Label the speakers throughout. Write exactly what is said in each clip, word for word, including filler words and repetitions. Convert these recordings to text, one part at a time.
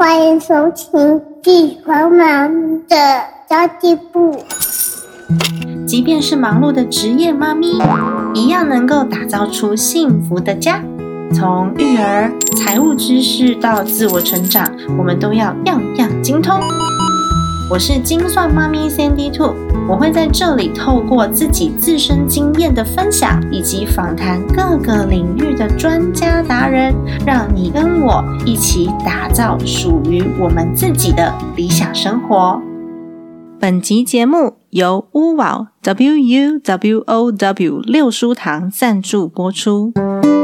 Speaker 1: 欢迎收听地球妈咪的交际部。
Speaker 2: 即便是忙碌的职业妈咪，一样能够打造出幸福的家。从育儿、财务知识到自我成长，我们都要样样精通。我是精算妈咪 Sandy Two， 我会在这里透过自己自身经验的分享，以及访谈各个领域的专家达人，让你跟我一起打造属于我们自己的理想生活。本集节目由乌瓦 W U W O W 六书堂赞助播出。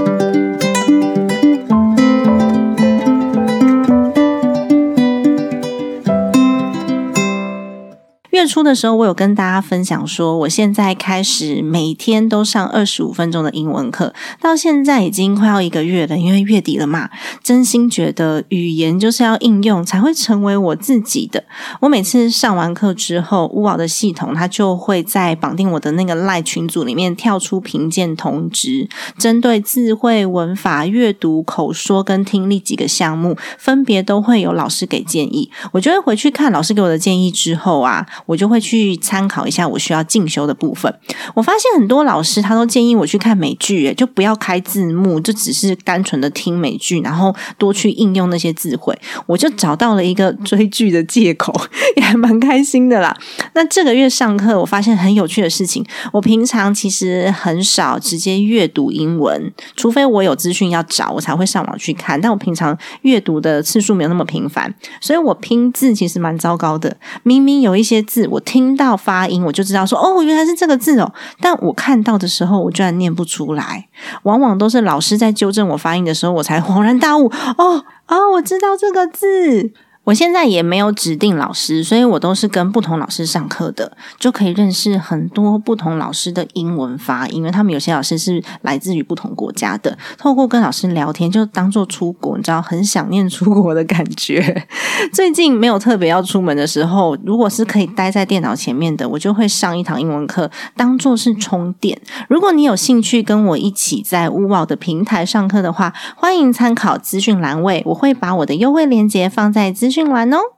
Speaker 2: 月初的时候，我有跟大家分享说，我现在开始每天都上二十五分钟的英文课，到现在已经快要一个月了，因为月底了嘛，真心觉得语言就是要应用才会成为我自己的。我每次上完课之后，乌瓦的系统它就会在绑定我的那个 LINE 群组里面跳出评鉴通知，针对字汇、文法、阅读、口说跟听力几个项目，分别都会有老师给建议。我就会回去看老师给我的建议之后啊，我就会去参考一下我需要进修的部分。我发现很多老师他都建议我去看美剧，就不要开字幕，就只是单纯的听美剧，然后多去应用那些字汇。我就找到了一个追剧的借口，也还蛮开心的啦。那这个月上课我发现很有趣的事情，我平常其实很少直接阅读英文，除非我有资讯要找我才会上网去看，但我平常阅读的次数没有那么频繁，所以我拼字其实蛮糟糕的。明明有一些字我听到发音我就知道说哦原来是这个字哦，但我看到的时候我居然念不出来，往往都是老师在纠正我发音的时候我才恍然大悟，哦哦我知道这个字。我现在也没有指定老师，所以我都是跟不同老师上课的，就可以认识很多不同老师的英文发音，因为他们有些老师是来自于不同国家的，透过跟老师聊天就当作出国，你知道很想念出国的感觉。最近没有特别要出门的时候，如果是可以待在电脑前面的，我就会上一堂英文课当作是充电。如果你有兴趣跟我一起在乌瓦的平台上课的话，欢迎参考资讯栏位，我会把我的优惠链接放在资讯栏哦。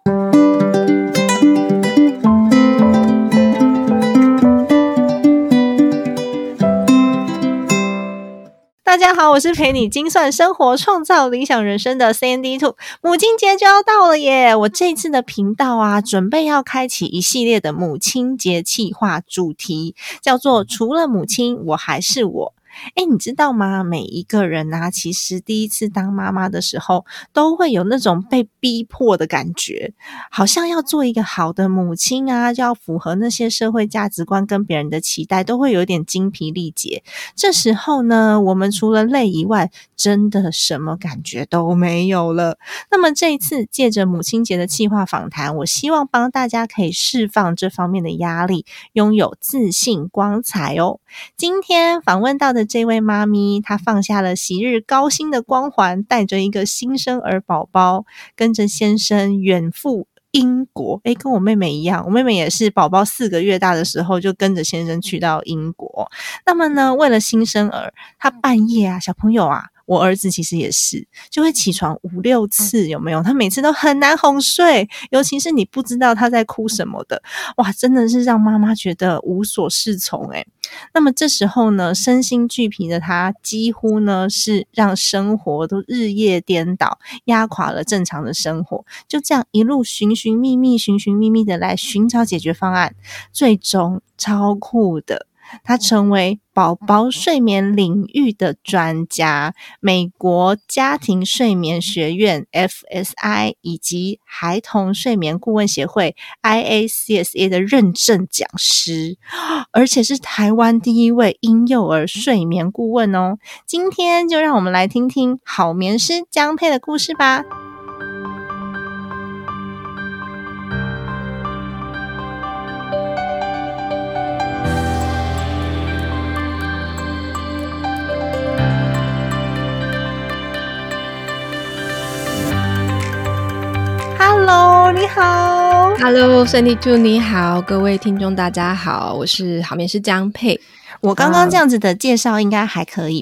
Speaker 2: 大家好，我是陪你精算生活创造理想人生的 Sandy Two。 母亲节就要到了耶，我这次的频道啊准备要开启一系列的母亲节企划，主题叫做除了母亲我还是我。诶，你知道吗？每一个人啊，其实第一次当妈妈的时候，都会有那种被逼迫的感觉，好像要做一个好的母亲啊，就要符合那些社会价值观跟别人的期待，都会有点精疲力竭。这时候呢，我们除了累以外，真的什么感觉都没有了。那么这一次借着母亲节的企划访谈，我希望帮大家可以释放这方面的压力，拥有自信光彩哦。今天访问到的这位妈咪，她放下了昔日高薪的光环，带着一个新生儿宝宝，跟着先生远赴英国。诶，跟我妹妹一样，我妹妹也是宝宝四个月大的时候就跟着先生去到英国。那么呢，为了新生儿，她半夜啊，小朋友啊，我儿子其实也是，就会起床五六次，有没有？他每次都很难哄睡，尤其是你不知道他在哭什么的，哇，真的是让妈妈觉得无所适从诶。那么这时候呢，身心俱疲的他几乎呢是让生活都日夜颠倒，压垮了正常的生活，就这样一路寻寻觅觅寻寻觅觅的来寻找解决方案，最终超酷的他成为宝宝睡眠领域的专家，美国家庭睡眠学院 F S I 以及孩童睡眠顾问协会 I A C S A 的认证讲师，而且是台湾第一位婴幼儿睡眠顾问哦。今天就让我们来听听好眠师江佩的故事吧。Hello， 你好。
Speaker 3: Hello， Sandy Two， 你好，各位听众大家好，我是好眠师江佩。
Speaker 2: 我刚刚这样子的介绍应该还可以吧？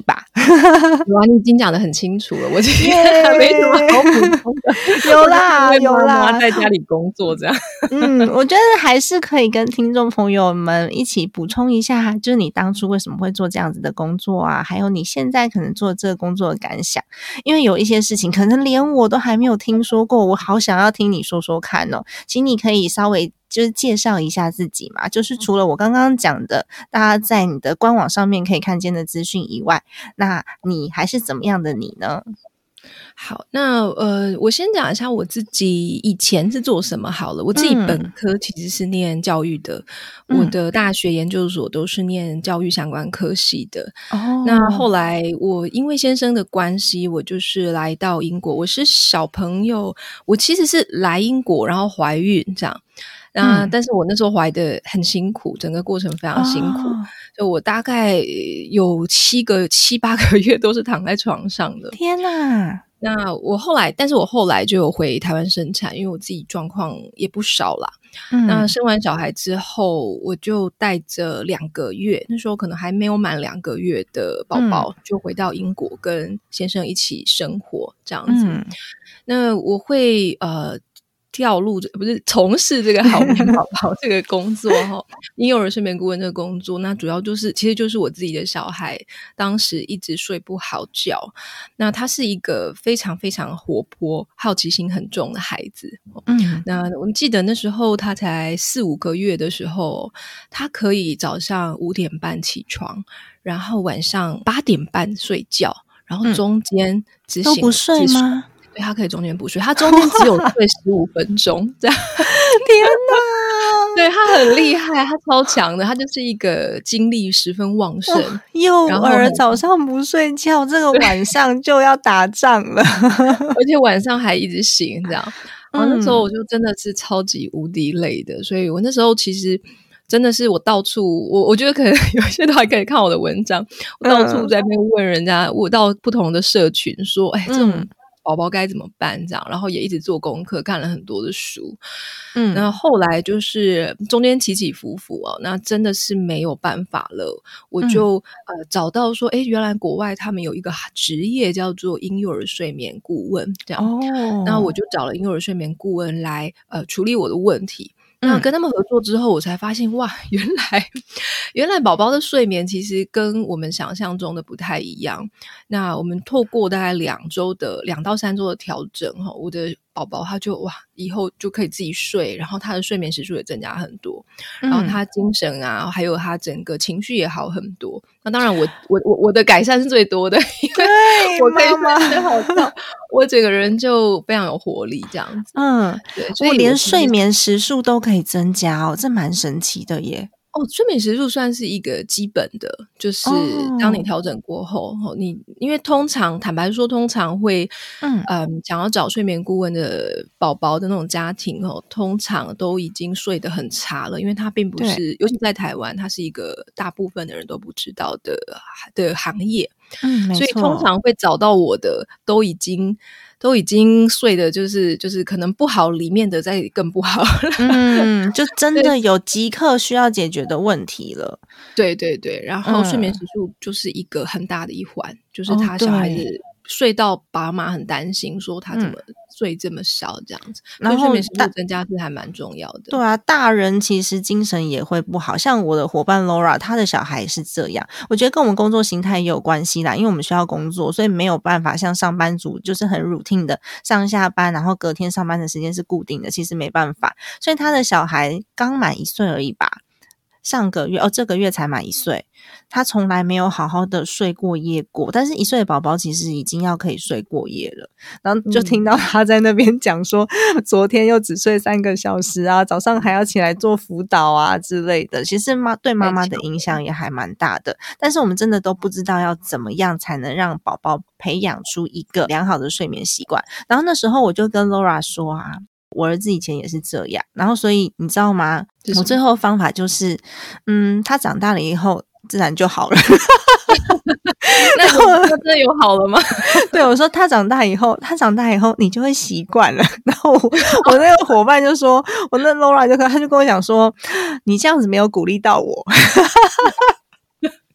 Speaker 3: 有啊，你已经讲得很清楚了，我今天还没什么好补充的。
Speaker 2: 有啦有啦，
Speaker 3: 妈妈在家里工作这样。
Speaker 2: 嗯，我觉得还是可以跟听众朋友们一起补充一下，就是你当初为什么会做这样子的工作啊，还有你现在可能做这个工作的感想。因为有一些事情可能连我都还没有听说过，我好想要听你说说看哦。请你可以稍微就是介绍一下自己嘛，就是除了我刚刚讲的大家在你的官网上面可以看见的资讯以外，那你还是怎么样的你呢？
Speaker 3: 好，那呃，我先讲一下我自己以前是做什么好了。我自己本科其实是念教育的，嗯、我的大学研究所都是念教育相关科系的。哦，那后来我因为先生的关系，我就是来到英国。我是小朋友，我其实是来英国然后怀孕这样。那、嗯、但是我那时候怀的很辛苦，整个过程非常辛苦，哦、就我大概有七个七八个月都是躺在床上的。
Speaker 2: 天哪！
Speaker 3: 那我后来，但是我后来就有回台湾生产，因为我自己状况也不少啦。嗯、那生完小孩之后，我就带着两个月，那时候可能还没有满两个月的宝宝，嗯、就回到英国跟先生一起生活这样子。嗯、那我会呃。跳入不是从事这个好眠宝宝这个工作哈，婴幼儿睡眠顾问这个工作，那主要就是其实就是我自己的小孩当时一直睡不好觉，那他是一个非常非常活泼、好奇心很重的孩子。嗯，那我记得那时候他才四五个月的时候，他可以早上五点半起床，然后晚上八点半睡觉，然后中间只醒、
Speaker 2: 嗯、都不睡吗？
Speaker 3: 对，他可以中间不睡，他中间只有睡十五分钟这样。
Speaker 2: 天哪！
Speaker 3: 对，他很厉害，他超强的，他就是一个精力十分旺盛。哦、
Speaker 2: 幼儿早上不睡觉，这个晚上就要打仗了，
Speaker 3: 而且晚上还一直醒这样。然后那时候我就真的是超级无敌累的，所以我那时候其实真的是我到处，我我觉得可能有些都还可以看我的文章，我到处在那边问人家，我到不同的社群说，哎，这种。嗯宝宝该怎么办这样，然后也一直做功课，看了很多的书。嗯，那后来就是中间起起伏伏哦，那真的是没有办法了，我就、嗯、呃找到说，诶，原来国外他们有一个职业叫做婴幼儿睡眠顾问这样。哦，那我就找了婴幼儿睡眠顾问来呃处理我的问题。那跟他们合作之后，我才发现哇，原来原来宝宝的睡眠其实跟我们想象中的不太一样。那我们透过大概两周的两到三周的调整，我的宝宝他就哇，以后就可以自己睡，然后他的睡眠时数也增加很多，然后他精神啊，还有他整个情绪也好很多。那当然我，我我我的改善是最多的，因为我可以睡得好觉，我整个人就非常有活力，这样子。嗯，对，所以
Speaker 2: 我连睡眠时数都可以增加哦，这蛮神奇的耶。
Speaker 3: 哦，睡眠时数算是一个基本的，就是当你调整过后，哦、你因为通常坦白说，通常会嗯嗯想要找睡眠顾问的宝宝的那种家庭哦，通常都已经睡得很差了，因为它并不是，尤其在台湾，它是一个大部分的人都不知道的的行业，嗯，所以通常会找到我的都已经。都已经睡的就是就是可能不好里面的再更不好了，
Speaker 2: 嗯，就真的有即刻需要解决的问题了。
Speaker 3: 对对对，然后睡眠时数就是一个很大的一环，嗯、就是他小孩子睡到爸妈很担心说他怎么睡这么少这样子，嗯、然后睡眠时数增加是还蛮重要的。
Speaker 2: 对啊，大人其实精神也会不好，像我的伙伴 Laura 她的小孩也是这样，我觉得跟我们工作形态也有关系啦，因为我们需要工作，所以没有办法像上班族就是很 routine 的上下班，然后隔天上班的时间是固定的，其实没办法，所以他的小孩刚满一岁而已吧，上个月哦，这个月才满一岁，他从来没有好好的睡过夜过，但是一岁的宝宝其实已经要可以睡过夜了，然后就听到他在那边讲说、嗯、昨天又只睡三个小时啊，早上还要起来做辅导啊之类的，其实妈对妈妈的影响也还蛮大的，但是我们真的都不知道要怎么样才能让宝宝培养出一个良好的睡眠习惯。然后那时候我就跟 Laura 说啊，我儿子以前也是这样，然后所以你知道吗，我最后方法就是嗯，他长大了以后自然就好了
Speaker 3: 那我真的有好了吗？
Speaker 2: 对，我说他长大以后他长大以后你就会习惯了。然后我我那个伙伴就说，我那 Laura 就他就跟我讲说，你这样子没有鼓励到我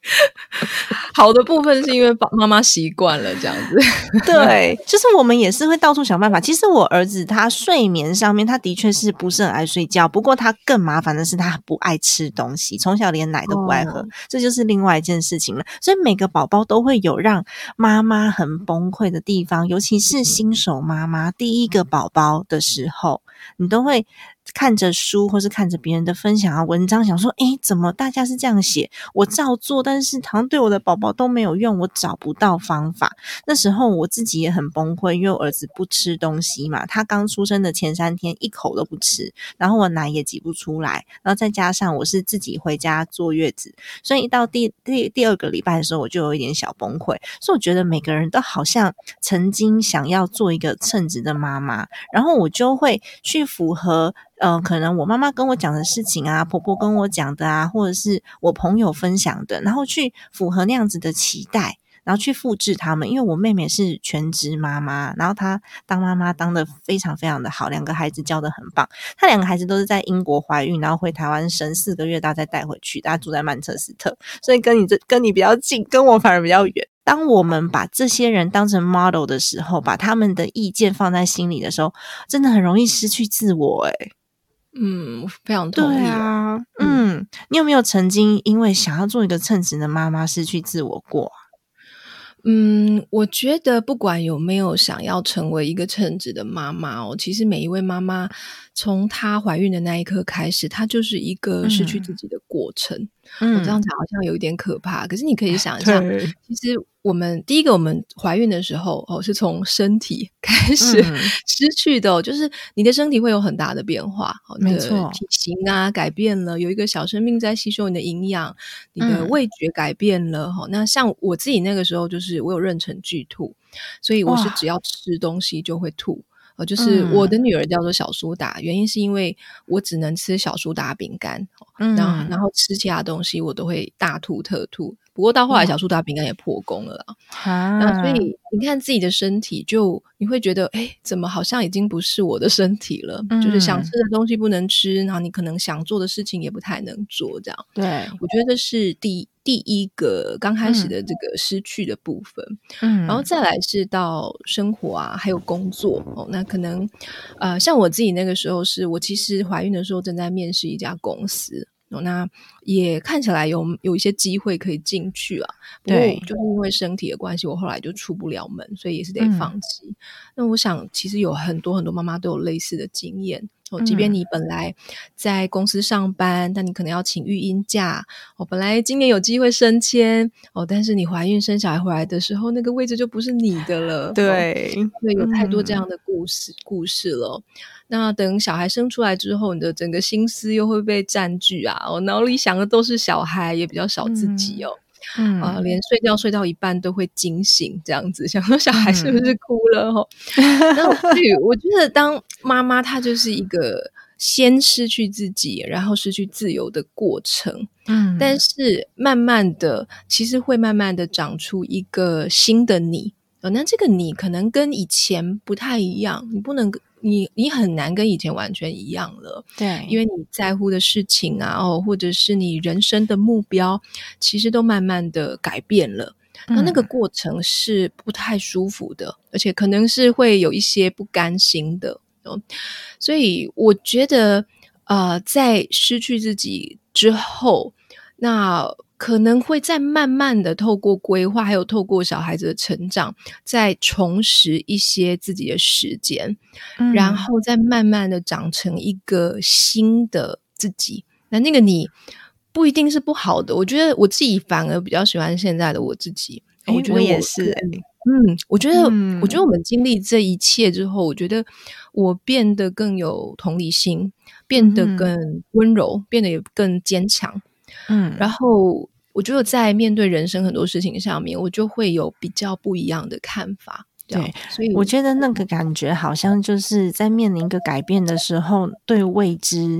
Speaker 3: 好的部分是因为妈妈习惯了这样子。
Speaker 2: 对，就是我们也是会到处想办法。其实我儿子他睡眠上面他的确是不是很爱睡觉，不过他更麻烦的是他不爱吃东西，从小连奶都不爱喝，哦，这就是另外一件事情了。所以每个宝宝都会有让妈妈很崩溃的地方，尤其是新手妈妈第一个宝宝的时候，你都会看着书或是看着别人的分享啊文章，想说诶怎么大家是这样写，我照做，但是好像对我的宝宝都没有用，我找不到方法。那时候我自己也很崩溃，因为我儿子不吃东西嘛，他刚出生的前三天一口都不吃，然后我奶也挤不出来，然后再加上我是自己回家坐月子，所以一到第第第二个礼拜的时候我就有一点小崩溃。所以我觉得每个人都好像曾经想要做一个称职的妈妈，然后我就会去符合呃，可能我妈妈跟我讲的事情啊，婆婆跟我讲的啊，或者是我朋友分享的，然后去符合那样子的期待，然后去复制他们。因为我妹妹是全职妈妈，然后她当妈妈当得非常非常的好，两个孩子教得很棒。她两个孩子都是在英国怀孕，然后回台湾生四个月大再带回去，大家住在曼彻斯特，所以跟你这跟你比较近，跟我反而比较远。当我们把这些人当成 model 的时候，把他们的意见放在心里的时候，真的很容易失去自我诶、欸
Speaker 3: 嗯，非常同意。对
Speaker 2: 啊，嗯，嗯，你有没有曾经因为想要做一个称职的妈妈失去自我过啊？
Speaker 3: 嗯，我觉得不管有没有想要成为一个称职的妈妈哦，其实每一位妈妈从她怀孕的那一刻开始，她就是一个失去自己的过程。嗯，我这样讲好像有一点可怕，可是你可以想一下，其实我们第一个我们怀孕的时候哦，是从身体开始失去的，哦嗯，就是你的身体会有很大的变化，哦，你的体型啊改变了，有一个小生命在吸收你的营养，你的味觉改变了，嗯，那像我自己那个时候就是我有妊娠剧吐，所以我是只要吃东西就会吐。呃，就是我的女儿叫做小苏打，嗯，原因是因为我只能吃小苏打饼干，嗯，然后然后吃其他东西我都会大吐特吐。不过到后来小苏打饼干也破功了啦，嗯，然后所以你看自己的身体就你会觉得诶怎么好像已经不是我的身体了，嗯，就是想吃的东西不能吃，然后你可能想做的事情也不太能做这样。
Speaker 2: 对，
Speaker 3: 我觉得这是第第一个刚开始的这个失去的部分，嗯，然后再来是到生活啊还有工作哦，那可能呃像我自己那个时候是我其实怀孕的时候正在面试一家公司，哦，那也看起来有有一些机会可以进去啊，不过就是因为身体的关系我后来就出不了门，所以也是得放弃，嗯，那我想其实有很多很多妈妈都有类似的经验哦，即便你本来在公司上班，但你可能要请育婴假哦，本来今年有机会升迁哦，但是你怀孕生小孩回来的时候那个位置就不是你的了，
Speaker 2: 对，
Speaker 3: 哦，对，有太多这样的故事，嗯，故事了。那等小孩生出来之后，你的整个心思又会被占据啊，我，哦，脑里想的都是小孩，也比较少自己哦，嗯，啊，连睡觉睡到一半都会惊醒这样子，想说小孩是不是哭了，嗯，哦，那所以我觉得当妈妈她就是一个先失去自己然后失去自由的过程，嗯，但是慢慢的其实会慢慢的长出一个新的你，哦，那这个你可能跟以前不太一样，你不能你你很难跟以前完全一样了，
Speaker 2: 对，
Speaker 3: 因为你在乎的事情啊，哦，或者是你人生的目标其实都慢慢的改变了，嗯，那那个过程是不太舒服的，而且可能是会有一些不甘心的，哦，所以我觉得呃，在失去自己之后，那可能会再慢慢的透过规划还有透过小孩子的成长再重拾一些自己的时间，嗯，然后再慢慢的长成一个新的自己，那那个你不一定是不好的，我觉得我自己反而比较喜欢现在的我自己，
Speaker 2: 诶，
Speaker 3: 我觉得
Speaker 2: 我也是诶，
Speaker 3: 嗯，我觉得、
Speaker 2: 嗯、
Speaker 3: 我觉得我们经历这一切之后，我觉得我变得更有同理心，变得更温柔，嗯、变得也更坚强。嗯，然后我觉得在面对人生很多事情上面，我就会有比较不一样的看法。
Speaker 2: 对，所以我觉得那个感觉好像就是在面临一个改变的时候，对未知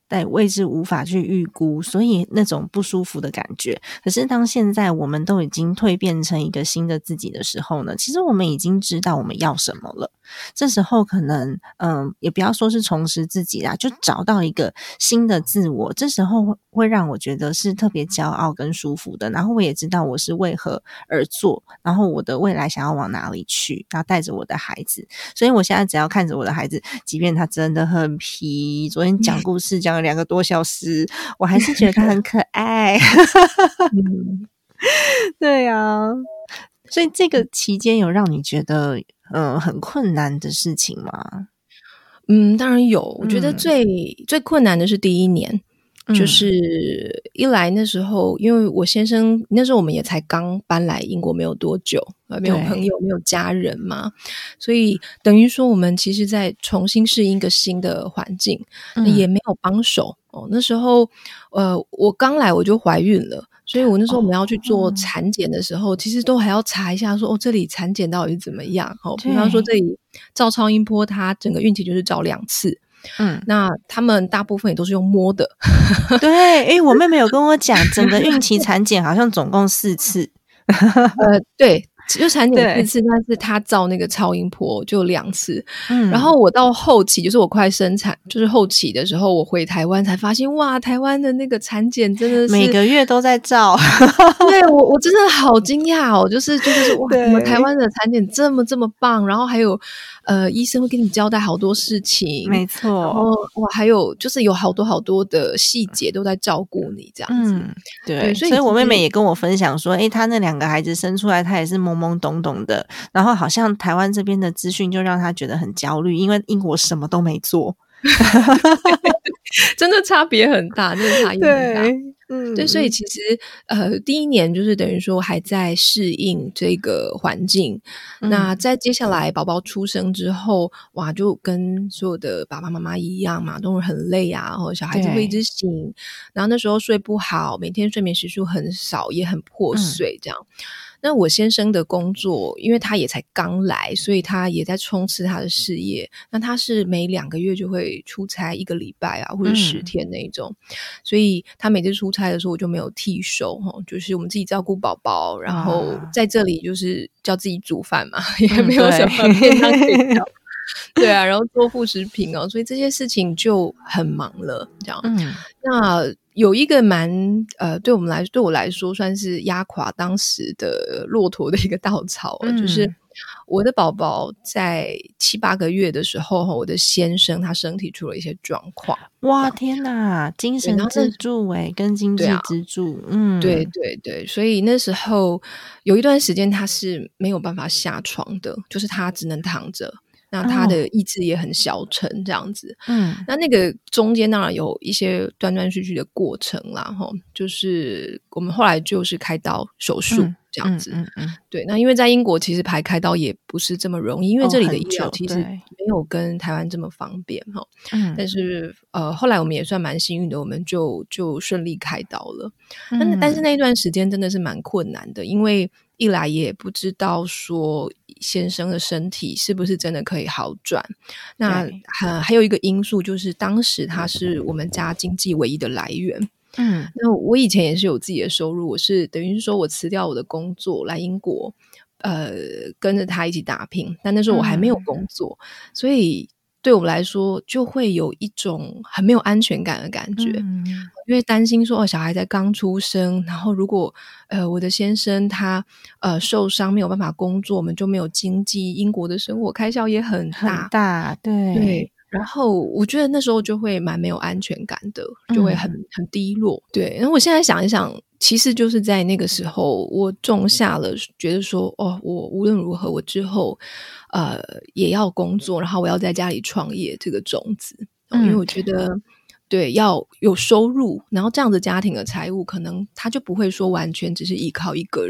Speaker 2: 但位置无法去预估，所以那种不舒服的感觉。可是当现在我们都已经蜕变成一个新的自己的时候呢，其实我们已经知道我们要什么了。这时候可能嗯，也不要说是重拾自己啦，就找到一个新的自我，这时候会让我觉得是特别骄傲跟舒服的。然后我也知道我是为何而做，然后我的未来想要往哪里去，然后带着我的孩子。所以我现在只要看着我的孩子，即便他真的很皮，昨天讲故事讲了两个多小时，我还是觉得他很可爱。
Speaker 3: 嗯，
Speaker 2: 对啊，所以这个期间有让你觉得嗯、呃、很困难的事情吗？
Speaker 3: 嗯，当然有。我觉得最、嗯、最困难的是第一年，就是一来那时候，因为我先生那时候我们也才刚搬来英国没有多久，没有朋友没有家人嘛，所以等于说我们其实在重新适应一个新的环境、嗯、也没有帮手哦。那时候呃，我刚来我就怀孕了，所以我那时候我们要去做产检的时候、哦、其实都还要查一下说哦，这里产检到底怎么样、哦、比方说这里照超音波它整个孕期就是照两次，嗯，那他们大部分也都是用摸的。
Speaker 2: 对，诶，我妹妹有跟我讲，整个孕期产检好像总共四次。
Speaker 3: 呃，对，就产检四次，但是他照那个超音波就两次。嗯，然后我到后期，就是我快生产，就是后期的时候，我回台湾才发现，哇，台湾的那个产检真的是
Speaker 2: 每个月都在照。
Speaker 3: 对，我我真的好惊讶哦，就是就是哇，我们台湾的产检这么这么棒，然后还有呃，医生会跟你交代好多事情，
Speaker 2: 没错，
Speaker 3: 然后哇，还有就是有好多好多的细节都在照顾你这样子。
Speaker 2: 嗯，对，对，所以所以我妹妹也跟我分享说，诶，她那两个孩子生出来，她也是懵懵懂懂的，然后好像台湾这边的资讯就让她觉得很焦虑，因为英国什么都没做。
Speaker 3: 真的差别很大，真的差异很大。
Speaker 2: 嗯，
Speaker 3: 对，所以其实呃，第一年就是等于说还在适应这个环境、嗯、那在接下来宝宝出生之后，哇，就跟所有的爸爸妈妈一样嘛，都是很累啊，然后小孩子会一直醒，然后那时候睡不好，每天睡眠时数很少，也很破碎这样、嗯，那我先生的工作因为他也才刚来，所以他也在冲刺他的事业，那他是每两个月就会出差一个礼拜啊或者十天那种、嗯、所以他每次出差的时候我就没有替手，就是我们自己照顾宝宝，然后在这里就是叫自己煮饭嘛、嗯、也没有什么便当可以叫对啊，然后做副食品哦，所以这些事情就很忙了这样、嗯、那有一个蛮呃，对我们来对我来说算是压垮当时的骆驼的一个稻草、嗯、就是我的宝宝在七八个月的时候，我的先生他身体出了一些状况。
Speaker 2: 哇，天哪，精神支柱诶，跟经济支柱、啊、嗯，
Speaker 3: 对对对，所以那时候有一段时间他是没有办法下床的，就是他只能躺着，那他的意志也很消沉这样子、哦、嗯，那那个中间当然有一些断断续续的过程啦齁，就是我们后来就是开刀手术、嗯、这样子、嗯嗯嗯、对，那因为在英国其实排开刀也不是这么容易，因为这里的医疗其实没有跟台湾这么方便齁、嗯、但是呃后来我们也算蛮幸运的，我们就就顺利开刀了、嗯、但, 但是那一段时间真的是蛮困难的，因为一来也不知道说先生的身体是不是真的可以好转，那、呃、还有一个因素就是当时他是我们家经济唯一的来源，嗯，那我以前也是有自己的收入，我是等于是说我辞掉我的工作来英国呃，跟着他一起打拼，但那时候我还没有工作、嗯、所以对我们来说就会有一种很没有安全感的感觉、嗯、因为担心说哦，小孩才刚出生，然后如果呃我的先生他呃受伤没有办法工作，我们就没有经济，英国的生活开销也很大
Speaker 2: 很大，对
Speaker 3: 对，然后我觉得那时候就会蛮没有安全感的，就会很、嗯、很低落。对，然后我现在想一想，其实就是在那个时候我种下了觉得说哦，我无论如何我之后呃也要工作，然后我要在家里创业这个种子、嗯、因为我觉得对要有收入，然后这样的家庭的财务可能他就不会说完全只是依靠一个人，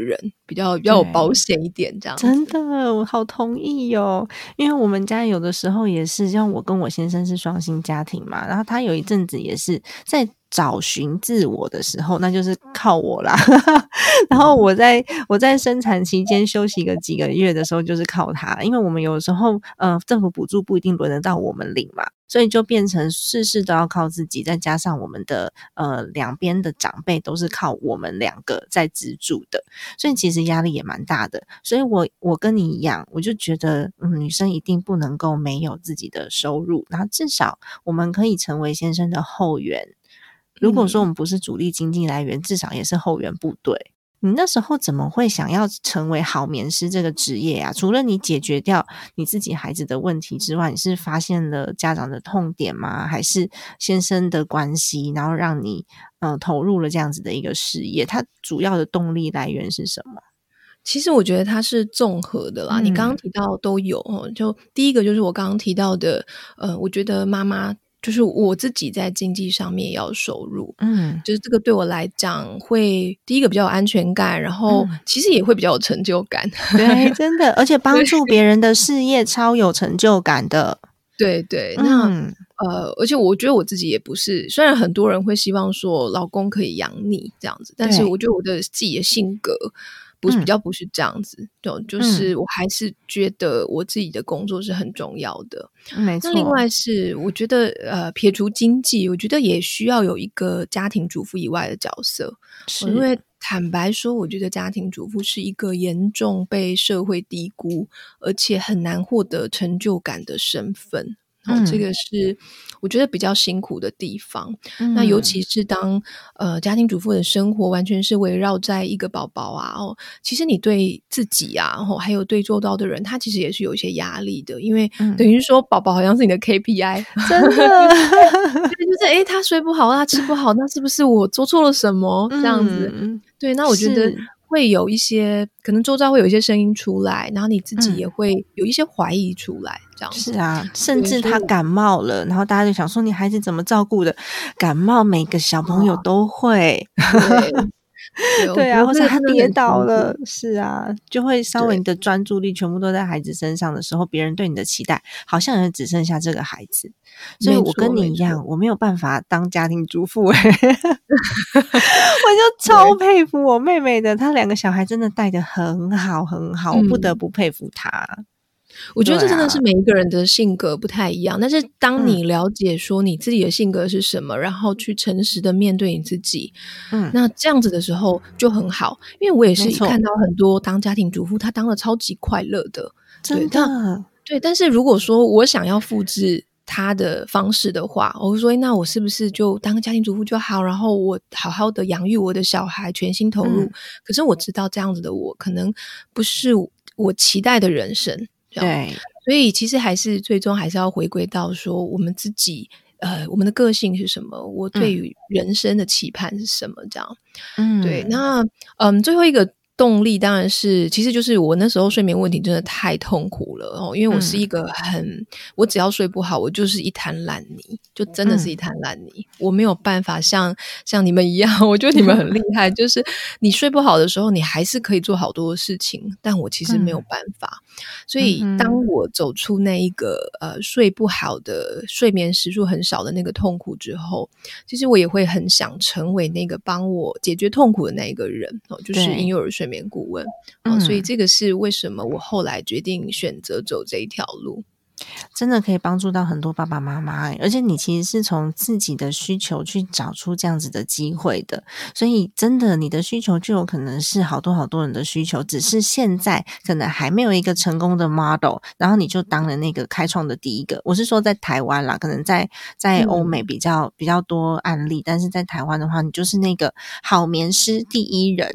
Speaker 3: 比较比较有保险一点这样子。
Speaker 2: 真的，我好同意哦。因为我们家有的时候也是，像我跟我先生是双薪家庭嘛，然后他有一阵子也是在找寻自我的时候，那就是靠我啦。然后我在我在生产期间休息个几个月的时候，就是靠他，因为我们有时候呃政府补助不一定轮得到我们领嘛，所以就变成事事都要靠自己，再加上我们的呃两边的长辈都是靠我们两个在资助的，所以其实压力也蛮大的。所以我我跟你一样，我就觉得嗯，女生一定不能够没有自己的收入，然后至少我们可以成为先生的后援。如果说我们不是主力经济来源，至少也是后援部队。你那时候怎么会想要成为好眠师这个职业啊？除了你解决掉你自己孩子的问题之外，你是发现了家长的痛点吗？还是先生的关系，然后让你呃投入了这样子的一个事业？它主要的动力来源是什么？
Speaker 3: 其实我觉得它是综合的啦，嗯、你刚刚提到都有哦。就第一个就是我刚刚提到的，呃，我觉得妈妈。就是我自己在经济上面要收入，嗯，就是这个对我来讲会第一个比较有安全感，然后其实也会比较有成就感，
Speaker 2: 嗯、对，真的，而且帮助别人的事业超有成就感的，
Speaker 3: 对对，那、嗯、呃，而且我觉得我自己也不是，虽然很多人会希望说老公可以养你这样子，但是我觉得我的自己的性格。不是比较不是这样子，嗯、就就是我还是觉得我自己的工作是很重要的。
Speaker 2: 没错。
Speaker 3: 那另外是我觉得呃，撇除经济，我觉得也需要有一个家庭主妇以外的角色，是因为坦白说，我觉得家庭主妇是一个严重被社会低估，而且很难获得成就感的身份。哦、这个是我觉得比较辛苦的地方。嗯、那尤其是当呃家庭主妇的生活完全是围绕在一个宝宝啊，哦，其实你对自己啊，哦，还有对周遭的人，他其实也是有一些压力的，因为等于说宝宝好像是你的 K P I，
Speaker 2: 真的，
Speaker 3: 就是诶他睡不好，他吃不好，那是不是我做错了什么？这样子，嗯、对，那我觉得。会有一些可能周遭会有一些声音出来，然后你自己也会有一些怀疑出来，这样子。
Speaker 2: 是啊，甚至他感冒了，然后大家就想说你孩子怎么照顾的？感冒每个小朋友都会。
Speaker 3: 对
Speaker 2: 对啊，或者他跌倒了，是啊，就会稍微你的专注力全部都在孩子身上的时候，别人对你的期待好像也只剩下这个孩子。所以我跟你一样，我没有办法当家庭主妇欸我就超佩服我妹妹的，她两个小孩真的带得很好很好，我不得不佩服她。
Speaker 3: 我觉得这真的是每一个人的性格不太一样，但是当你了解说你自己的性格是什么，嗯、然后去诚实的面对你自己，嗯，那这样子的时候就很好。因为我也是看到很多当家庭主妇，她当得超级快乐的，
Speaker 2: 真的。
Speaker 3: 对，但是如果说我想要复制他的方式的话，我会说那我是不是就当个家庭主妇就好，然后我好好的养育我的小孩，全心投入、嗯、可是我知道这样子的我可能不是我期待的人生。
Speaker 2: 对，
Speaker 3: 所以其实还是最终还是要回归到说我们自己呃，我们的个性是什么，我对于人生的期盼是什么，这样。嗯，对。那嗯，最后一个动力当然是，其实就是我那时候睡眠问题真的太痛苦了哦，因为我是一个很、嗯、我只要睡不好，我就是一滩烂泥，就真的是一滩烂泥、嗯、我没有办法像像你们一样，我觉得你们很厉害就是你睡不好的时候你还是可以做好多的事情，但我其实没有办法、嗯、所以当我走出那一个呃睡不好的睡眠时数很少的那个痛苦之后，其实我也会很想成为那个帮我解决痛苦的那一个人哦，就是婴幼儿睡眠顾问、哦嗯、所以这个是为什么我后来决定选择走这一条路。
Speaker 2: 真的可以帮助到很多爸爸妈妈，而且你其实是从自己的需求去找出这样子的机会的，所以真的你的需求就有可能是好多好多人的需求，只是现在可能还没有一个成功的 model， 然后你就当了那个开创的第一个。我是说在台湾啦，可能在在欧美比较、嗯、比较多案例，但是在台湾的话你就是那个好眠师第一人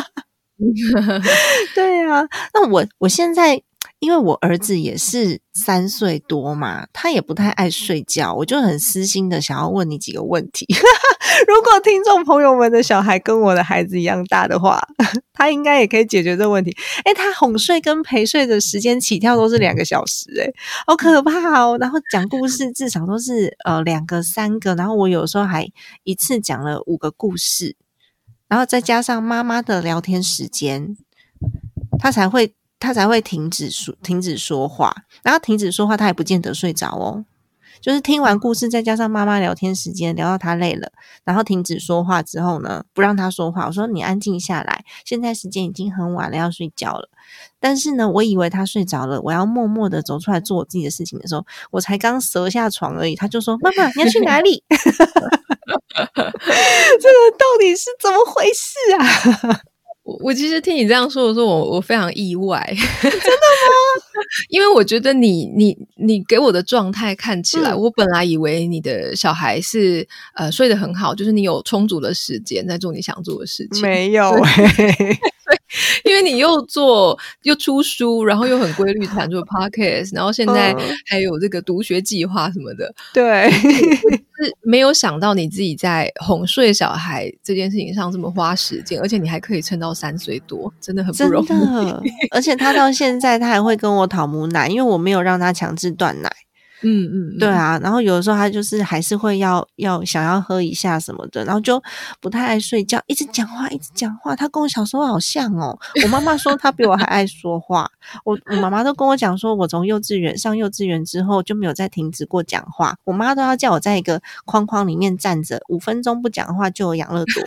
Speaker 2: 对啊，那我我现在因为我儿子也是三岁多嘛，他也不太爱睡觉，我就很私心的想要问你几个问题如果听众朋友们的小孩跟我的孩子一样大的话，他应该也可以解决这个问题。诶，他哄睡跟陪睡的时间起跳都是两个小时，诶，好可怕哦。然后讲故事至少都是呃两个三个，然后我有时候还一次讲了五个故事，然后再加上妈妈的聊天时间， 他才会他才会停止说停止说话，然后停止说话他也不见得睡着哦，就是听完故事再加上妈妈聊天时间聊到他累了，然后停止说话之后呢，不让他说话，我说你安静下来，现在时间已经很晚了，要睡觉了。但是呢，我以为他睡着了，我要默默的走出来做我自己的事情的时候，我才刚折下床而已，他就说妈妈你要去哪里？这个到底是怎么回事啊？
Speaker 3: 我我其实听你这样说的时候，我我非常意外。真的吗？因为我觉得你你你给我的状态看起来、嗯、我本来以为你的小孩是呃睡得很好，就是你有充足的时间在做你想做的事情。
Speaker 2: 没有欸
Speaker 3: 因为你又做又出书，然后又很规律产出 podcast， 然后现在还有这个读学计划什么的。
Speaker 2: 对，
Speaker 3: 我是没有想到你自己在哄睡小孩这件事情上这么花时间，而且你还可以撑到三岁多，真的很不容易。
Speaker 2: 真的，而且他到现在他还会跟我讨母奶，因为我没有让他强制断奶。
Speaker 3: 嗯嗯，
Speaker 2: 对啊，然后有的时候他就是还是会要要想要喝一下什么的，然后就不太爱睡觉，一直讲话一直讲话，他跟我小时候好像哦。我妈妈说他比我还爱说话，我我妈妈都跟我讲说，我从幼稚园上幼稚园之后就没有再停止过讲话，我妈都要叫我在一个框框里面站着五分钟不讲话就有养乐多。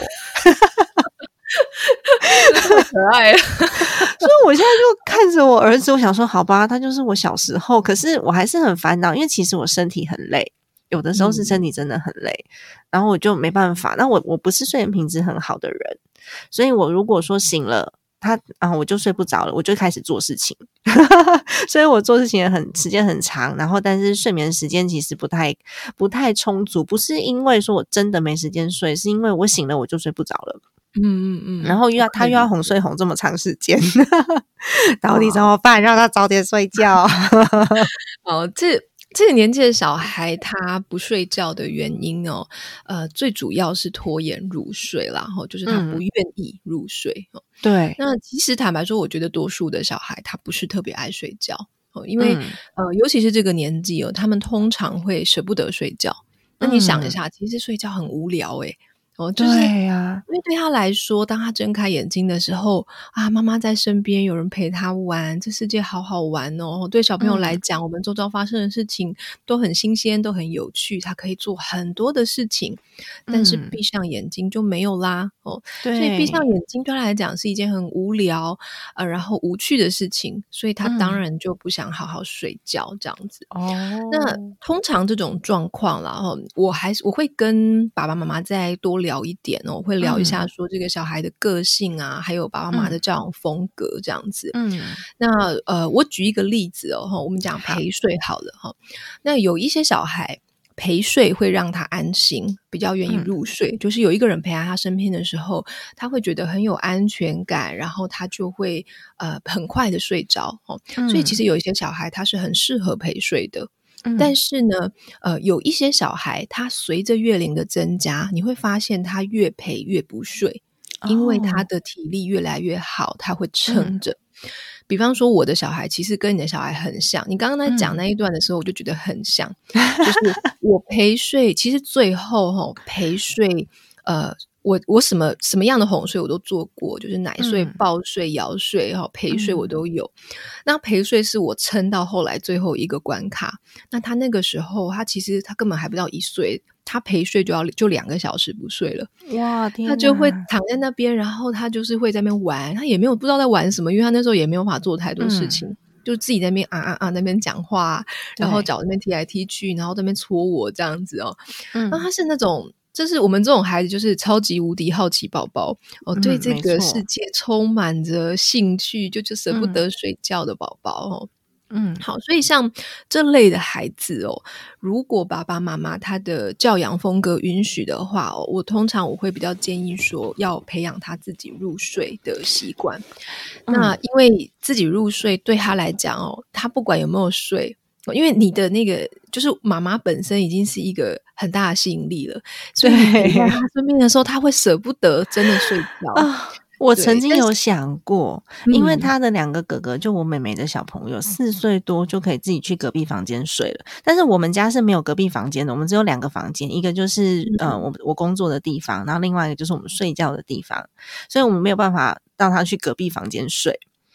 Speaker 3: 太可爱了。
Speaker 2: 所以我现在就看着我儿子，我想说好吧，他就是我小时候，可是我还是很烦恼，因为其实我身体很累，有的时候是身体真的很累、嗯、然后我就没办法，那我我不是睡眠品质很好的人，所以我如果说醒了他啊，我就睡不着了，我就开始做事情所以我做事情也很时间很长，然后但是睡眠时间其实不太不太充足，不是因为说我真的没时间睡，是因为我醒了我就睡不着了。
Speaker 3: 嗯嗯嗯，
Speaker 2: 然后又要他又要哄睡哄这么长时间到底怎么办？让他早点睡觉。
Speaker 3: 哦，这这个年纪的小孩他不睡觉的原因哦，呃，最主要是拖延入睡啦，齁，就是他不愿意入睡、嗯、对。那其实坦白说，我觉得多数的小孩他不是特别爱睡觉，因为、嗯、呃，尤其是这个年纪哦，他们通常会舍不得睡觉。那你想一下，嗯、其实睡觉很无聊诶、欸哦，就是
Speaker 2: 对呀，
Speaker 3: 因为对他来说，当他睁开眼睛的时候啊，妈妈在身边，有人陪他玩，这世界好好玩哦。对小朋友来讲、嗯、我们周遭发生的事情都很新鲜，都很有趣，他可以做很多的事情，但是闭上眼睛就没有啦、嗯、哦。所以闭上眼睛对他来讲是一件很无聊呃，然后无趣的事情，所以他当然就不想好好睡觉这样子。哦、嗯，那通常这种状况啦，哦，我还是我会跟爸爸妈妈再多聊聊一点哦，会聊一下说这个小孩的个性啊、嗯、还有爸爸妈妈的教养风格这样子。嗯，那呃，我举一个例子哦，我们讲陪睡好了哈。那有一些小孩陪睡会让他安心，比较愿意入睡、嗯、就是有一个人陪在他身边的时候，他会觉得很有安全感，然后他就会呃很快的睡着哦、嗯。所以其实有一些小孩他是很适合陪睡的。但是呢呃，有一些小孩他随着月龄的增加，你会发现他越陪越不睡、哦、因为他的体力越来越好，他会撑着、嗯、比方说我的小孩其实跟你的小孩很像，你刚刚在讲那一段的时候我就觉得很像、嗯、就是我陪睡其实最后、哦、陪睡呃我我什么什么样的哄睡我都做过，就是奶睡、嗯、抱睡、摇睡、哦、陪睡我都有、嗯、那陪睡是我撑到后来最后一个关卡。那他那个时候他其实他根本还不到一岁，他陪睡就要就两个小时不睡了。哇，天哪，他就会躺在那边，然后他就是会在那边玩，他也没有不知道在玩什么，因为他那时候也没有法做太多事情、嗯、就自己在那边啊啊啊那边讲话，然后脚那边踢来踢去，然后在那边戳我这样子哦。嗯，那他是那种就是我们这种孩子就是超级无敌好奇宝宝哦，对这个世界充满着兴趣，就就舍不得睡觉的宝宝哦。嗯，好，所以像这类的孩子哦，如果爸爸妈妈他的教养风格允许的话哦，我通常我会比较建议说要培养他自己入睡的习惯、嗯、那因为自己入睡对他来讲哦，他不管有没有睡，因为你的那个就是妈妈本身已经是一个很大的吸引力了，所以你在他身边的时候他会舍不得真的睡觉啊。
Speaker 2: 我曾经有想过，因为他的两个哥哥就我妹妹的小朋友四岁多就可以自己去隔壁房间睡了，但是我们家是没有隔壁房间的，我们只有两个房间，一个就是呃我我工作的地方，然后另外一个就是我们睡觉的地方，所以我们没有办法让他去隔壁房间睡。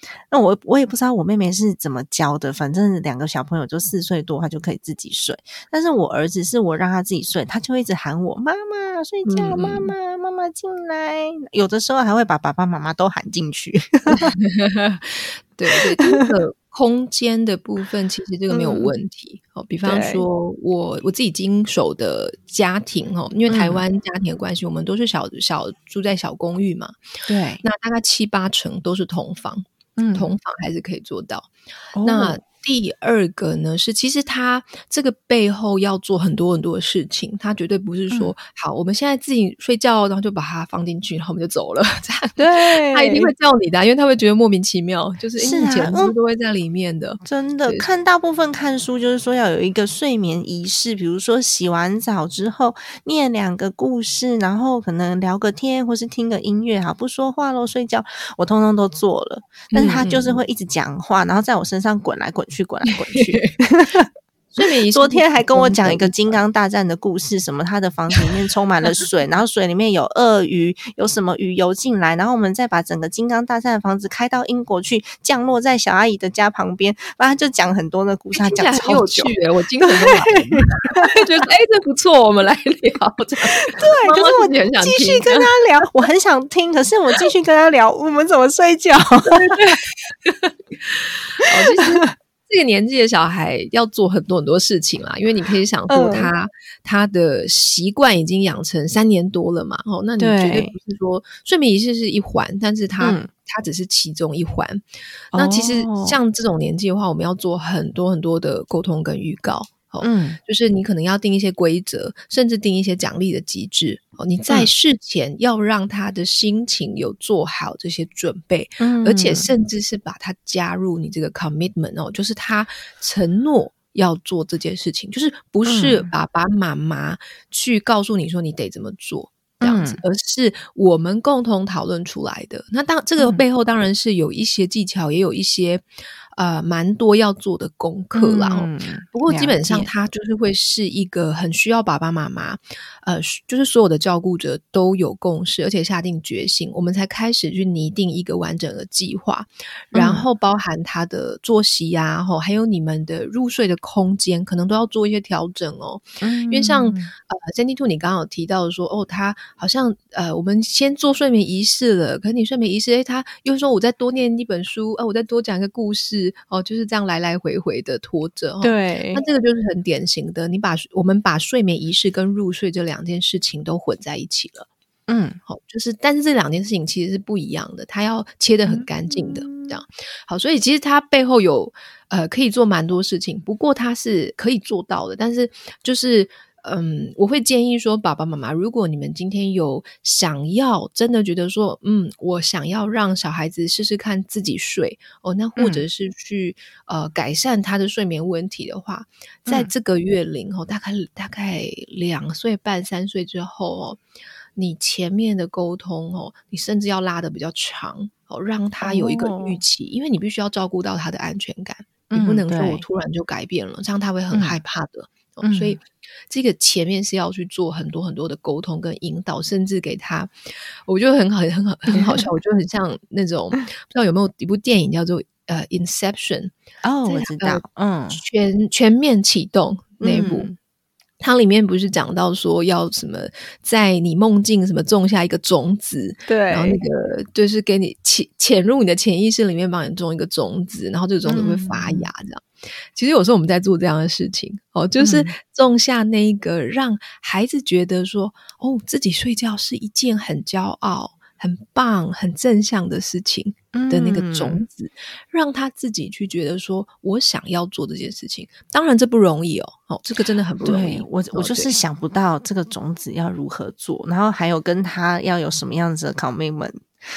Speaker 2: 那我我也不知道我妹妹是怎么教的，反正两个小朋友就四岁多，他就可以自己睡。但是我儿子是我让他自己睡，他就一直喊我妈妈睡觉，
Speaker 3: 嗯嗯
Speaker 2: 妈妈妈妈进来，有的时候还会把爸爸妈妈都喊进去。
Speaker 3: 对对，这个空间的部分其实这个没有问题。嗯哦、比方说我我自己经手的家庭哦，因为台湾家庭的关系，嗯、我们都是小小住在小公寓嘛，
Speaker 2: 对，
Speaker 3: 那大概七八成都是同房，嗯，同房还是可以做到。
Speaker 2: 哦、
Speaker 3: 那第二个呢是，其实他这个背后要做很多很多的事情，他绝对不是说、嗯、好我们现在自己睡觉然后就把它放进去然后我们就走了，这样
Speaker 2: 对，
Speaker 3: 他一定会叫你的、啊、因为他会觉得莫名其妙，就是
Speaker 2: 是啊，
Speaker 3: 以前都会在里面的、
Speaker 2: 嗯、真的看大部分看书就是说要有一个睡眠仪式，比如说洗完澡之后念两个故事，然后可能聊个天或是听个音乐，好不说话咯，睡觉我通通都做了，但是他就是会一直讲话、嗯、然后在我身上滚来滚去滚来滚去
Speaker 3: 睡眠仪式
Speaker 2: 昨天还跟我讲一个金刚大战的故事，什么他的房子里面充满了水然后水里面有鳄鱼，有什么鱼游进来，然后我们再把整个金刚大战的房子开到英国去，降落在小阿姨的家旁边，然后他就讲很多的故事，他讲超久，
Speaker 3: 有趣耶，我精神都来了觉得哎、欸，这不错，我们来聊这样
Speaker 2: 对，可是我继续跟他聊我很想听，可是我继续跟他聊我们怎么睡觉对对
Speaker 3: 哦，其实这个年纪的小孩要做很多很多事情啦，因为你可以想说他、嗯、他的习惯已经养成三年多了嘛，哦，那你绝对不是说睡眠仪式是一环，但是他、嗯、他只是其中一环、哦、那其实像这种年纪的话，我们要做很多很多的沟通跟预告，嗯，就是你可能要定一些规则，甚至定一些奖励的机制哦。你在事前要让他的心情有做好这些准备，嗯，而且甚至是把他加入你这个 commitment 哦，就是他承诺要做这件事情，就是不是爸爸妈妈去告诉你说你得怎么做。这样子，而是我们共同讨论出来的。那当这个背后当然是有一些技巧，也有一些呃蛮多要做的功课啦、嗯、不过基本上它就是会是一个很需要爸爸妈妈呃，就是所有的照顾者都有共识，而且下定决心，我们才开始去拟定一个完整的计划，然后包含他的作息啊，还有你们的入睡的空间可能都要做一些调整哦。嗯、因为像呃 Sandy Two 你刚刚有提到的说哦，他好像呃我们先做睡眠仪式了，可是你睡眠仪式诶他又说我再多念一本书、呃、我再多讲一个故事哦，就是这样来来回回的拖着、哦、对，那这个就是很典型的，你把我们把睡眠仪式跟入睡这两件事情都混在一起了。嗯，好，就是但是这两件事情其实是不一样的，它要切得很干净的、嗯、这样。好，所以其实它背后有呃可以做蛮多事情，不过它是可以做到的，但是就是嗯，我会建议说爸爸妈妈，如果你们今天有想要真的觉得说嗯，我想要让小孩子试试看自己睡哦，那或者是去、嗯、呃改善他的睡眠问题的话，在这个月龄哦，大概大概两岁半三岁之后哦，你前面的沟通哦，你甚至要拉得比较长哦，让他有一个预期、哦、因为你必须要照顾到他的安全感、嗯、你不能说我突然就改变了，这样他会很害怕的、嗯哦、所以这个前面是要去做很多很多的沟通跟引导，甚至给他我觉得很好很好很好笑我觉得很像那种不知道有没有一部电影叫做呃 Inception
Speaker 2: 哦，我知道，嗯，
Speaker 3: 全全面启动那一部、嗯，它里面不是讲到说要什么在你梦境什么种下一个种子，对，然后那个就是给你潜潜入你的潜意识里面帮你种一个种子，然后这个种子会发芽这样、嗯、其实有时候我们在做这样的事情哦，就是种下那一个让孩子觉得说哦，自己睡觉是一件很骄傲很棒很正向的事情的那个种子、嗯、让他自己去觉得说我想要做这件事情，当然这不容易哦，哦这个真的很不容易，
Speaker 2: 对我我就是想不到这个种子要如何做，然后还有跟他要有什么样子的 commitment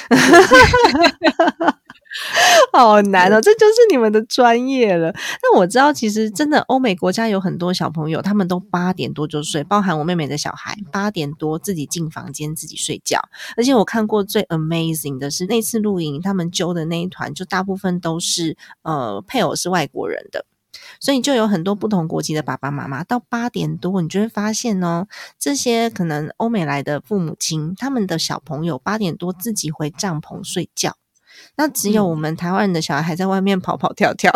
Speaker 2: 好难哦，这就是你们的专业了。但我知道其实真的欧美国家有很多小朋友他们都八点多就睡，包含我妹妹的小孩八点多自己进房间自己睡觉，而且我看过最 amazing 的是那次露营他们揪的那一团就大部分都是呃配偶是外国人的，所以就有很多不同国籍的爸爸妈妈到八点多你就会发现哦，这些可能欧美来的父母亲他们的小朋友八点多自己回帐篷睡觉， 那只有我们台湾人的小孩还在外面跑跑跳跳。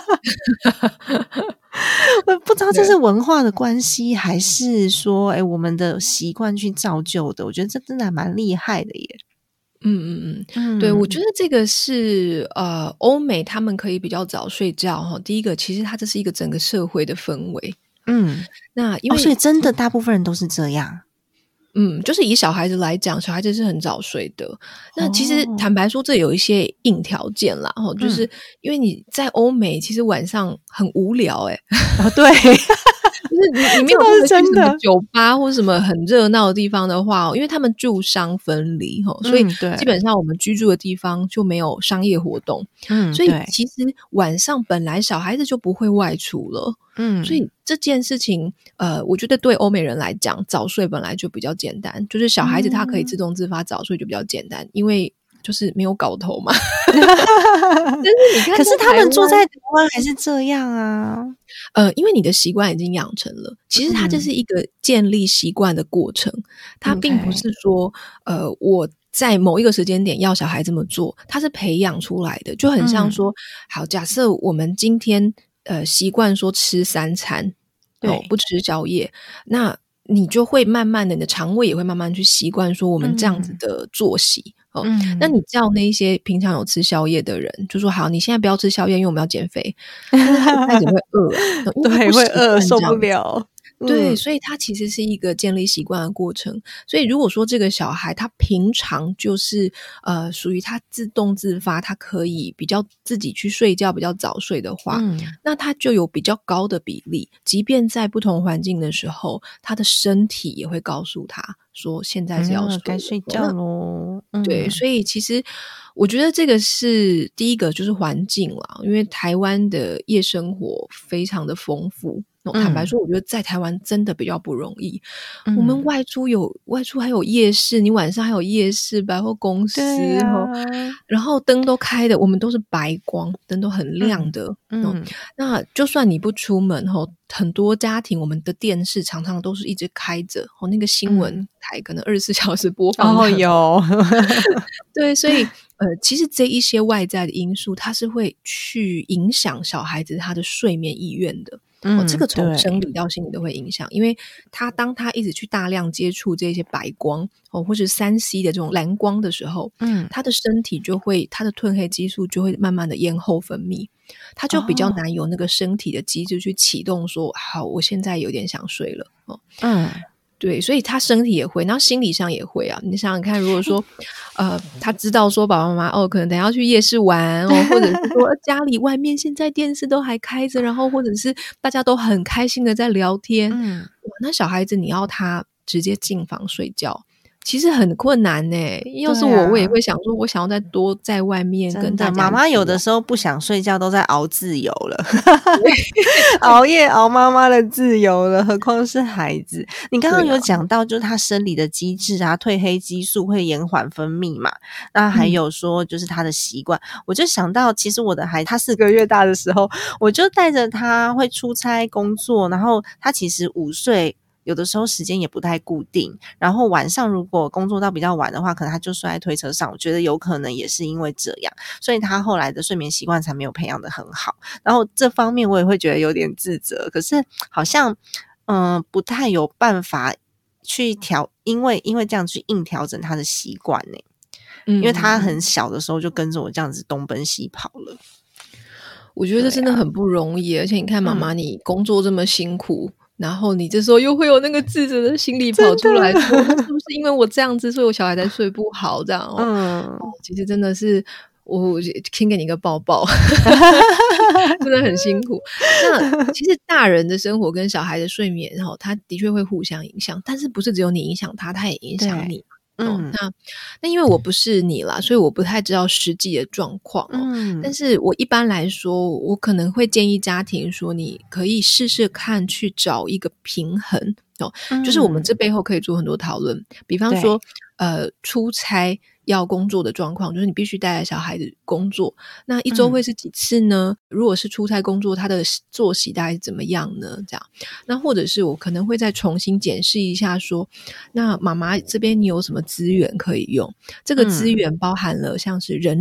Speaker 2: 我不知道这是文化的关系还是说诶我们的习惯去造就的，我觉得这真的还蛮厉害的耶。
Speaker 3: 嗯嗯嗯，对，我觉得这个是呃，欧美他们可以比较早睡觉哈。第一个，其实它这是一个整个社会的氛围。
Speaker 2: 嗯，
Speaker 3: 那因为、
Speaker 2: 哦、所以真的大部分人都是这样。
Speaker 3: 嗯，就是以小孩子来讲，小孩子是很早睡的。那其实坦白说，这有一些硬条件啦，哦、就是因为你在欧美，其实晚上很无聊、欸，哎、
Speaker 2: 哦，对。
Speaker 3: 就是你你没有去什么酒吧或什么很热闹的地方的话，因为他们住商分离、嗯、所以基本上我们居住的地方就没有商业活动，嗯，所以其实晚上本来小孩子就不会外出了，嗯，所以这件事情呃，我觉得对欧美人来讲，早睡本来就比较简单，就是小孩子他可以自动自发早睡就比较简单，因为就是没有搞头嘛。但是你看，
Speaker 2: 可是他们住在台湾还是这样啊。
Speaker 3: 呃，因为你的习惯已经养成了，其实它就是一个建立习惯的过程，嗯、它并不是说呃我在某一个时间点要小孩这么做，它是培养出来的，就很像说，嗯、好，假设我们今天呃习惯说吃三餐，对、哦，不吃宵夜，那你就会慢慢的，你的肠胃也会慢慢去习惯说我们这样子的作息。嗯哦，嗯、那你叫那一些平常有吃宵夜的人，就说好，你现在不要吃宵夜，因为我们要减肥。但是他开始会饿、啊，
Speaker 2: 对，会饿，受不了。
Speaker 3: 对，所以它其实是一个建立习惯的过程。所以如果说这个小孩他平常就是呃属于他自动自发，他可以比较自己去睡觉，比较早睡的话，嗯、那他就有比较高的比例，即便在不同环境的时候，他的身体也会告诉他说现在是要睡、嗯、
Speaker 2: 该睡觉咯、
Speaker 3: 嗯、对，所以其实我觉得这个是第一个就是环境啦，因为台湾的夜生活非常的丰富，坦白说我觉得在台湾真的比较不容易、嗯、我们外出有外出还有夜市，你晚上还有夜市百货公司、啊、然后灯都开的，我们都是白光灯都很亮的、嗯嗯、那就算你不出门很多家庭我们的电视常常都是一直开着，那个新闻台可能二十四小时播放
Speaker 2: 哦有
Speaker 3: 对，所以呃，其实这一些外在的因素它是会去影响小孩子他的睡眠意愿的。嗯、哦，这个从生理到心理都会影响，因为他当他一直去大量接触这些白光哦，或是 三 C 的这种蓝光的时候，嗯，他的身体就会，他的褪黑激素就会慢慢的延后分泌，他就比较难有那个身体的机制去启动说，哦、好，我现在有点想睡了哦，嗯。对，所以他身体也会，然后心理上也会啊。你想想看，如果说，呃，他知道说爸爸妈妈哦，可能等一下要去夜市玩哦，或者是说家里外面现在电视都还开着，然后或者是大家都很开心的在聊天，嗯，哇，那小孩子你要他直接进房睡觉，其实很困难耶。要是我、啊、我也会想说我想要再多在外面跟大家，
Speaker 2: 妈妈有的时候不想睡觉都在熬自由了熬夜熬妈妈的自由了，何况是孩子。你刚刚有讲到就是他生理的机制啊，褪黑激素会延缓分泌嘛，那还有说就是他的习惯、嗯、我就想到其实我的孩子他四个月大的时候，我就带着他会出差工作，然后他其实午睡有的时候时间也不太固定，然后晚上如果工作到比较晚的话，可能他就睡在推车上，我觉得有可能也是因为这样，所以他后来的睡眠习惯才没有培养得很好，然后这方面我也会觉得有点自责，可是好像嗯、呃、不太有办法去调，因为因为这样去硬调整他的习惯呢，因为他很小的时候就跟着我这样子东奔西跑了。
Speaker 3: 我觉得这真的很不容易、啊、而且你看妈妈你工作这么辛苦、嗯，然后你这时候又会有那个自责的心理跑出来说是不是因为我这样子所以我小孩才睡不好这样哦，嗯哦其实真的是我先给你一个抱抱真的很辛苦。那其实大人的生活跟小孩的睡眠哦，他的确会互相影响，但是不是只有你影响他，他也影响你。哦、嗯，那那因为我不是你啦，所以我不太知道实际的状况、哦、嗯，但是我一般来说我可能会建议家庭说你可以试试看去找一个平衡哦、嗯，就是我们这背后可以做很多讨论，比方说呃出差要工作的状况，就是你必须带着小孩子工作，那一周会是几次呢、嗯、如果是出差工作他的作息大概是怎么样呢，这样。那或者是我可能会再重新检视一下说，那妈妈这边你有什么资源可以用，这个资源包含了像是人力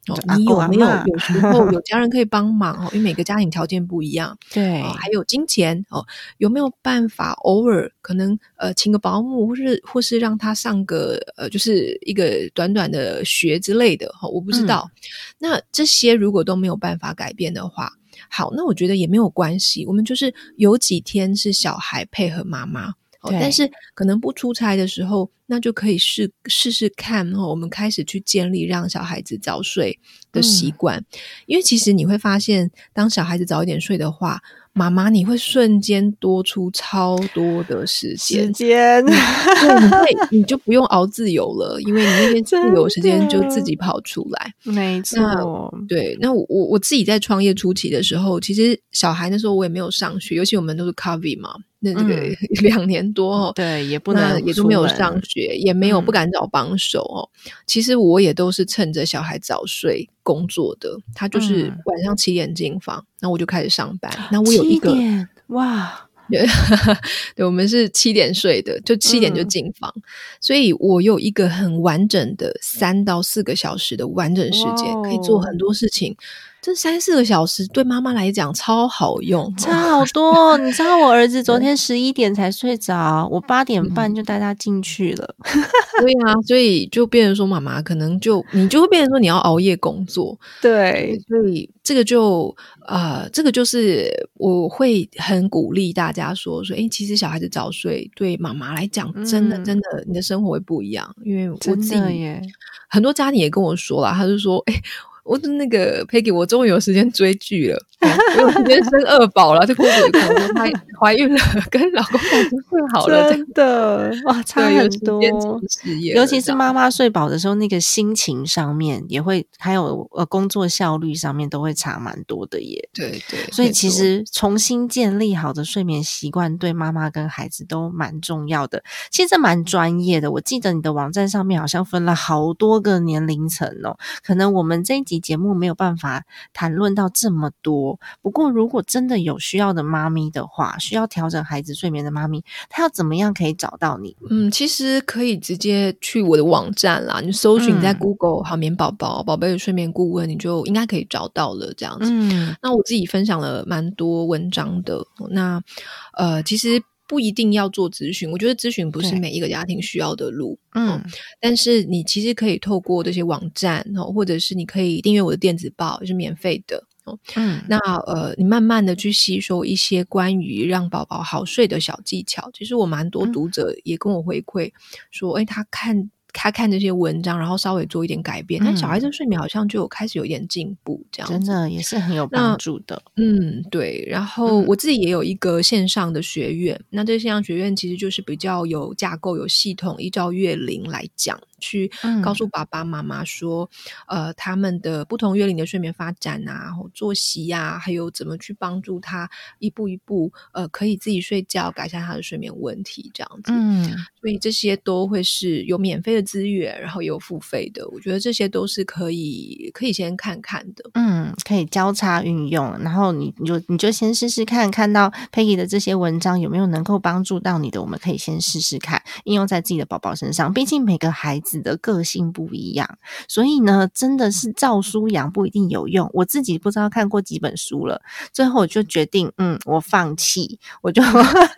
Speaker 3: 哦，
Speaker 2: 阿公
Speaker 3: 你有没有
Speaker 2: 阿嬷
Speaker 3: 有时候有家人可以帮忙哦，因为每个家庭条件不一样。
Speaker 2: 对，
Speaker 3: 哦，还有金钱哦，有没有办法偶尔可能呃请个保姆，或是或是让他上个呃就是一个短短的学之类的，哦，我不知道。
Speaker 2: 嗯
Speaker 3: 那这些如果都没有办法改变的话，好，那我觉得也没有关系，我们就是有几天是小孩配合妈妈。哦，
Speaker 2: 对
Speaker 3: 但是可能不出差的时候，那就可以试试试看哦。我们开始去建立让小孩子早睡的习惯，嗯，因为其实你会发现，当小孩子早一点睡的话，妈妈你会瞬间多出超多的时间，
Speaker 2: 时间，
Speaker 3: 对，你会你就不用熬自由了，因为你那些自由时间就自己跑出来。
Speaker 2: 没错，
Speaker 3: 对，那我我我自己在创业初期的时候，其实小孩那时候我也没有上学，尤其我们都是 COVID 嘛。那这个两、嗯、年多哦，
Speaker 2: 对，也不能
Speaker 3: 也都没有上学，也没有、嗯、不敢找帮手哦。其实我也都是趁着小孩早睡工作的，他就是晚上七点进房，那、嗯、我就开始上班。那我有一个
Speaker 2: 七点哇。
Speaker 3: 对，对，我们是七点睡的，就七点就进房，嗯，所以我有一个很完整的三到四个小时的完整时间，可以做很多事情。这三四个小时对妈妈来讲超好用，
Speaker 2: 差好多。你知道我儿子昨天十一点才睡着，我八点半就带他进去了。
Speaker 3: 对啊，所以就变成说妈妈可能就你就会变成说你要熬夜工作。
Speaker 2: 对，
Speaker 3: 所以这个就呃，这个就是我会很鼓励大家说说，诶，其实小孩子早睡对妈妈来讲，真的、嗯、真的你的生活会不一样。因为我自己
Speaker 2: 耶
Speaker 3: 很多家庭也跟我说啦，他就说，诶。我的那个 Peggy， 我终于有时间追剧了，哦，我有时间生二宝了，就跟我跟我说她怀孕了，跟老公感情更好了，
Speaker 2: 真的哇，差很多。尤其是妈妈睡饱的时候，那个心情上面也会，还有呃工作效率上面都会差蛮多的耶。
Speaker 3: 对对，
Speaker 2: 所以其实重新建立好的睡眠习惯，对妈妈跟孩子都蛮重要的。其实这蛮专业的，我记得你的网站上面好像分了好多个年龄层哦，可能我们这一集节目没有办法谈论到这么多，不过如果真的有需要的妈咪的话，需要调整孩子睡眠的妈咪，她要怎么样可以找到你？
Speaker 3: 嗯，其实可以直接去我的网站啦，你搜寻在 Google 好眠宝宝宝贝的睡眠顾问，你就应该可以找到了这样子。嗯，那我自己分享了蛮多文章的，那呃其实不一定要做咨询，我觉得咨询不是每一个家庭需要的路。嗯、哦，但是你其实可以透过这些网站，哦，或者是你可以订阅我的电子报，是免费的。哦，嗯，那呃，你慢慢的去吸收一些关于让宝宝好睡的小技巧。其实我蛮多读者也跟我回馈说，诶，他看他看这些文章，然后稍微做一点改变，但小孩子睡眠好像就有开始有一点进步，这样子
Speaker 2: 真的也是很有帮助的。
Speaker 3: 嗯，对。然后我自己也有一个线上的学院，嗯，那这个线上学院其实就是比较有架构、有系统，依照月龄来讲，去告诉爸爸妈妈说，嗯，呃，他们的不同月龄的睡眠发展啊，作息啊，还有怎么去帮助他一步一步呃可以自己睡觉，改善他的睡眠问题，这样子。嗯，所以这些都会是有免费的资源，然后也有付费的，我觉得这些都是可以可以先看看的。
Speaker 2: 嗯，可以交叉运用，然后你你就你就先试试看，看到 Peggy 的这些文章有没有能够帮助到你的，我们可以先试试看，应用在自己的宝宝身上。毕竟每个孩子的个性不一样，所以呢，真的是照书养不一定有用。我自己不知道看过几本书了，最后我就决定，嗯，我放弃，我就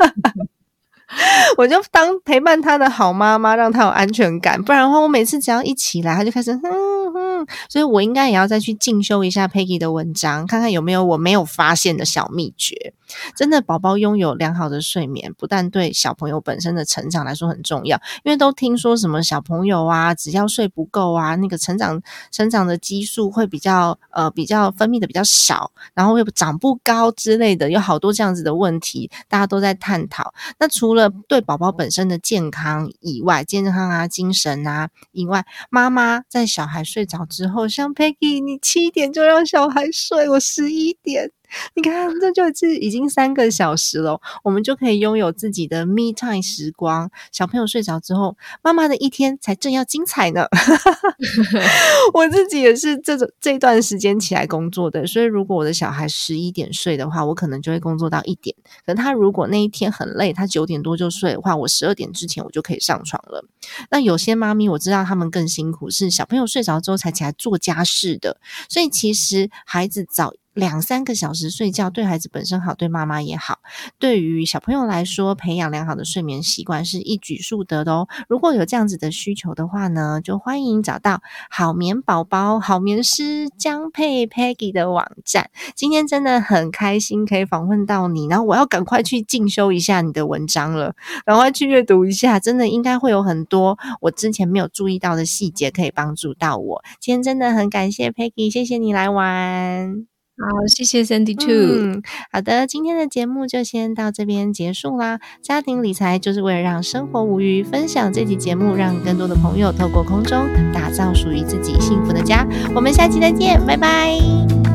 Speaker 2: 我就当陪伴他的好妈妈，让他有安全感。不然的话，我每次只要一起来，他就开始哼哼。所以我应该也要再去进修一下 Peggy 的文章，看看有没有我没有发现的小秘诀。真的，宝宝拥有良好的睡眠，不但对小朋友本身的成长来说很重要，因为都听说什么小朋友啊，只要睡不够啊，那个成长成长的激素会比较呃比较分泌的比较少，然后会长不高之类的，有好多这样子的问题，大家都在探讨。那除了对宝宝本身的健康以外，健康啊、精神啊以外，妈妈在小孩睡着之后，像 Peggy 你七点就让小孩睡，我十一点。 你看，这就是已经三个小时了，我们就可以拥有自己的 me time 时光。小朋友睡着之后，妈妈的一天才正要精彩呢。我自己也是这种这段时间起来工作的，所以如果我的小孩十一点睡的话，我可能就会工作到一点。可他如果那一天很累，他九点多就睡的话，我十二点之前我就可以上床了。那有些妈咪我知道他们更辛苦，是小朋友睡着之后才起来做家事的，所以其实孩子早两三个小时睡觉对孩子本身好，对妈妈也好。对于小朋友来说，培养良好的睡眠习惯是一举数得的哦。如果有这样子的需求的话呢，就欢迎找到好眠宝宝、好眠师江佩 Peggy 的网站。今天真的很开心可以访问到你，然后我要赶快去进修一下你的文章了，赶快去阅读一下，真的应该会有很多我之前没有注意到的细节可以帮助到我。今天真的很感谢 Peggy， 谢谢你来玩。
Speaker 3: 好，谢谢 Sandy too。
Speaker 2: 嗯，好的，今天的节目就先到这边结束啦。家庭理财就是为了让生活无虞，分享这期节目，让更多的朋友透过空中打造属于自己幸福的家。我们下期再见，拜拜。